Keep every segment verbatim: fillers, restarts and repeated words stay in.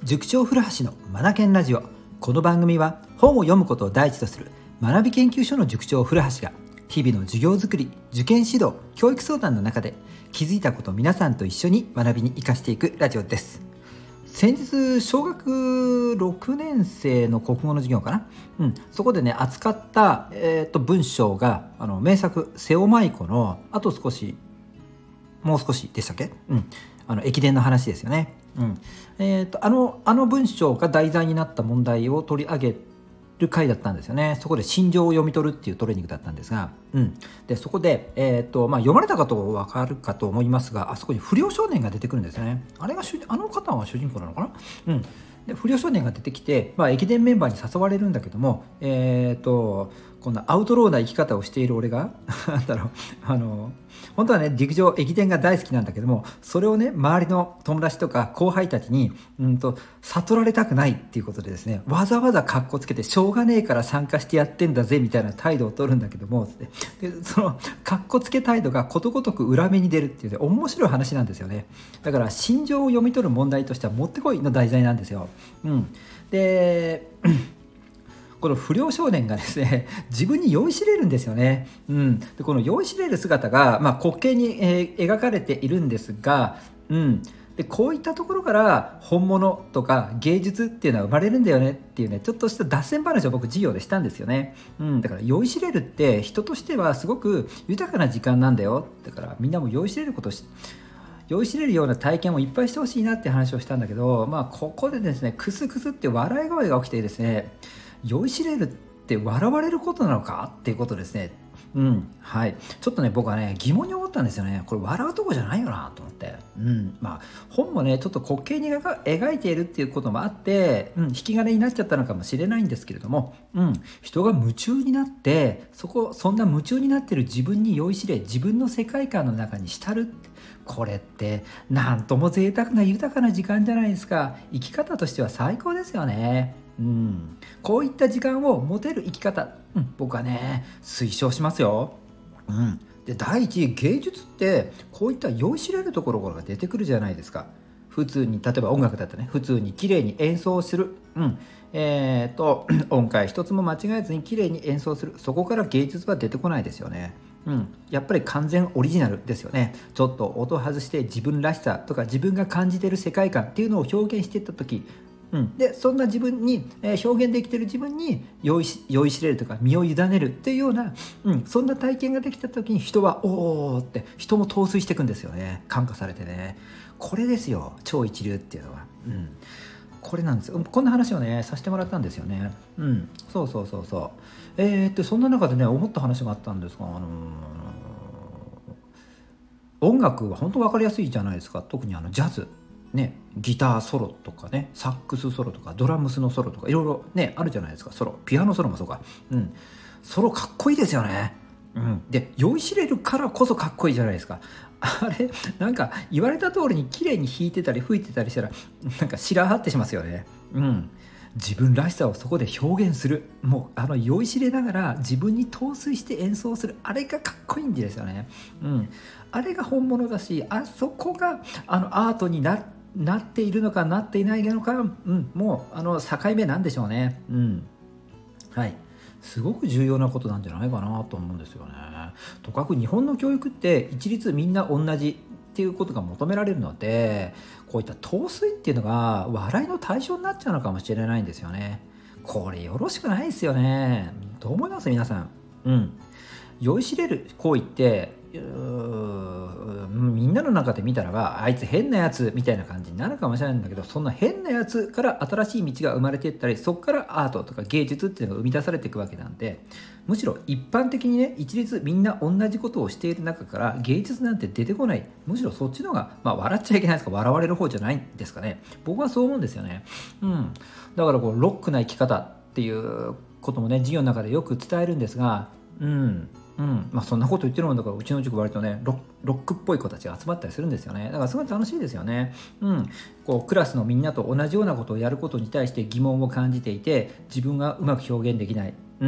塾長古橋のマナケンラジオ。この番組は本を読むことを第一とする学び研究所の塾長古橋が日々の授業づくり、受験指導、教育相談の中で気づいたことを皆さんと一緒に学びに生かしていくラジオです。先日小学ろくねん生の国語の授業かな、うん、そこでね扱った、えー、と文章があの名作瀬尾舞子のあと少しもう少しでしたっけ、うん、あの駅伝の話ですよね。うんえー、とあのあの文章が題材になった問題を取り上げる回だったんですよね。そこで心情を読み取るっていうトレーニングだったんですが、うん、でそこで、えーとまあ、読まれた方は分かるかと思いますが、あそこに不良少年が出てくるんですよね。あれが主あの方は主人公なのかな、うん、で不良少年が出てきて、まあ、駅伝メンバーに誘われるんだけども、えーとこんなアウトローな生き方をしている俺がなんだろうあの本当はね陸上駅伝が大好きなんだけども、それをね周りの友達とか後輩たちにうんと悟られたくないっていうことでですね、わざわざカッコつけてしょうがねえから参加してやってんだぜみたいな態度を取るんだけども、でそのカッコつけ態度がことごとく裏目に出るっていうね面白い話なんですよね。だから心情を読み取る問題としてはもってこいの題材なんですよ。うん、でこの不良少年がですね自分に酔いしれるんですよね。うん、でこの酔いしれる姿が、まあ、滑稽に、えー、描かれているんですが、うん、でこういったところから本物とか芸術っていうのは生まれるんだよねっていうねちょっとした脱線話を僕授業でしたんですよね。うん、だから酔いしれるって人としてはすごく豊かな時間なんだよ。だからみんなも酔いしれることをし酔いしれるような体験をいっぱいしてほしいなって話をしたんだけど、まあ、ここでですねクスクスって笑い声が起きてですね、酔いしれるって笑われることなのかっていうことですね。うん、はい。ちょっとね、僕はね、疑問に思ったんですよね。これ笑うとこじゃないよなと思って。うん、まあ、本もね、ちょっと滑稽に描いているっていうこともあって、うん、引き金になっちゃったのかもしれないんですけれども、うん、人が夢中になって、そこ、そんな夢中になってる自分に酔いしれ、自分の世界観の中に浸る。これって、なんとも贅沢な豊かな時間じゃないですか。生き方としては最高ですよね。うん、こういった時間を持てる生き方、うん、僕はね推奨しますよ。うん、で第一、芸術ってこういった酔いしれるところが出てくるじゃないですか。普通に例えば音楽だったらね普通に綺麗に演奏する、うんえー、と音階一つも間違えずに綺麗に演奏する、そこから芸術は出てこないですよね。うん、やっぱり完全オリジナルですよね。ちょっと音を外して自分らしさとか自分が感じている世界観っていうのを表現していった時、うん、でそんな自分に、えー、表現できている自分に酔いし、酔いしれるとか身を委ねるっていうような、うん、そんな体験ができた時に人はおーって人も陶酔していくんですよね。感化されてね。これですよ超一流っていうのは、うん、これなんですよ。こんな話をねさせてもらったんですよね。うん、そうそうそうそう。えー、ってそんな中でね思った話があったんですが、あのー、音楽は本当分かりやすいじゃないですか。特にあのジャズね、ギターソロとかねサックスソロとかドラムスのソロとかいろいろねあるじゃないですか。ソロピアノソロもそうか、うん、ソロかっこいいですよね。うん、で酔いしれるからこそかっこいいじゃないですか。あれなんか言われた通りに綺麗に弾いてたり吹いてたりしたらなんか白張ってしますよね。うん、自分らしさをそこで表現する、もうあの酔いしれながら自分に陶酔して演奏する、あれがかっこいいんですよね。うん、あれが本物だし、あそこがあのアートにななっているのかなっていないのか、うん、もうあの境目なんでしょうね。うん、はいすごく重要なことなんじゃないかなと思うんですよね。とかく日本の教育って一律みんな同じっていうことが求められるので、こういった陶酔っていうのが笑いの対象になっちゃうのかもしれないんですよね。これよろしくないですよね。どう思います皆さん。うん、酔いしれる行為ってみんなの中で見たらばあいつ変なやつみたいな感じになるかもしれないんだけど、そんな変なやつから新しい道が生まれていったり、そこからアートとか芸術っていうのが生み出されていくわけなんで、むしろ一般的にね一律みんな同じことをしている中から芸術なんて出てこない。むしろそっちの方が、まあ、笑っちゃいけないですか、笑われる方じゃないんですかね。僕はそう思うんですよね。うん、だからこうロックな生き方っていうこともね授業の中でよく伝えるんですが、うんうんまあ、そんなこと言ってるもんだからうちの塾割とね ロ, ロックっぽい子たちが集まったりするんですよね。だからすごい楽しいですよね。うん、こうクラスのみんなと同じようなことをやることに対して疑問を感じていて自分がうまく表現できない、うん、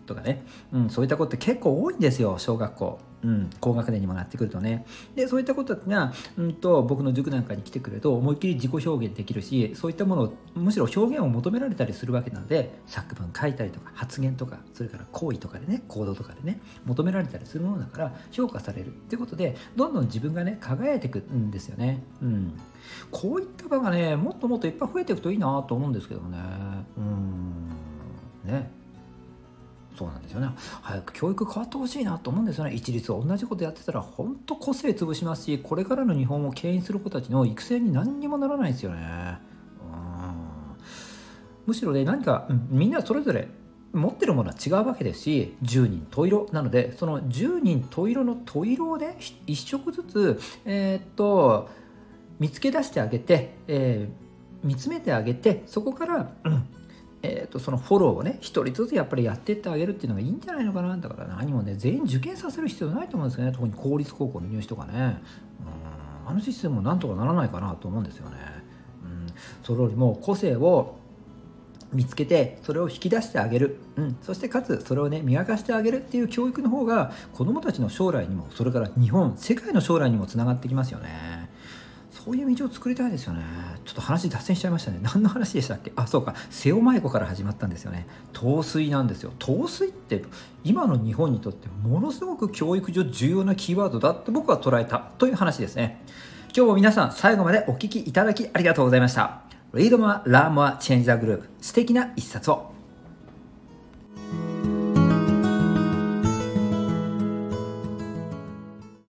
とかね、うん、そういったことって結構多いんですよ、小学校、うん、高学年にもなってくるとね。でそういったことが、うん、と僕の塾なんかに来てくると思いっきり自己表現できるし、そういったものをむしろ表現を求められたりするわけなので、作文書いたりとか発言とか、それから行為とかでね、行動とかでね求められたりするものだから評価されるっていうことで、どんどん自分がね輝いていくんですよね。うん、こういった場がねもっともっといっぱい増えていくといいなと思うんですけどね。うんねそうなんですよね。早く教育変わってほしいなと思うんですよね。一律同じことやってたら本当個性潰しますし、これからの日本を牽引する子たちの育成に何にもならないですよね。うんむしろね、何か、うん、みんなそれぞれ持ってるものは違うわけですし、じゅうにん十色なので、そのじゅうにん十色の十色をね一色ずつ、えー、っと見つけ出してあげて、えー、見つめてあげて、そこから、うんえー、とそのフォローをね一人ずつやっぱりやっていってあげるっていうのがいいんじゃないのかな。だから何もね全員受験させる必要ないと思うんですよね。特に公立高校の入試とかね、うんあのシステムもなんとかならないかなと思うんですよね。うん、それよりも個性を見つけてそれを引き出してあげる、うん、そしてかつそれをね磨かしてあげるっていう教育の方が子どもたちの将来にも、それから日本世界の将来にもつながってきますよね。そういう道を作りたいですよね。ちょっと話脱線しちゃいましたね。何の話でしたっけ。あ、そうか、瀬尾舞子から始まったんですよね。陶酔なんですよ。陶酔って今の日本にとってものすごく教育上重要なキーワードだって僕は捉えたという話ですね。今日も皆さん最後までお聞きいただきありがとうございました。Read more, learn more, change the group。素敵な一冊を。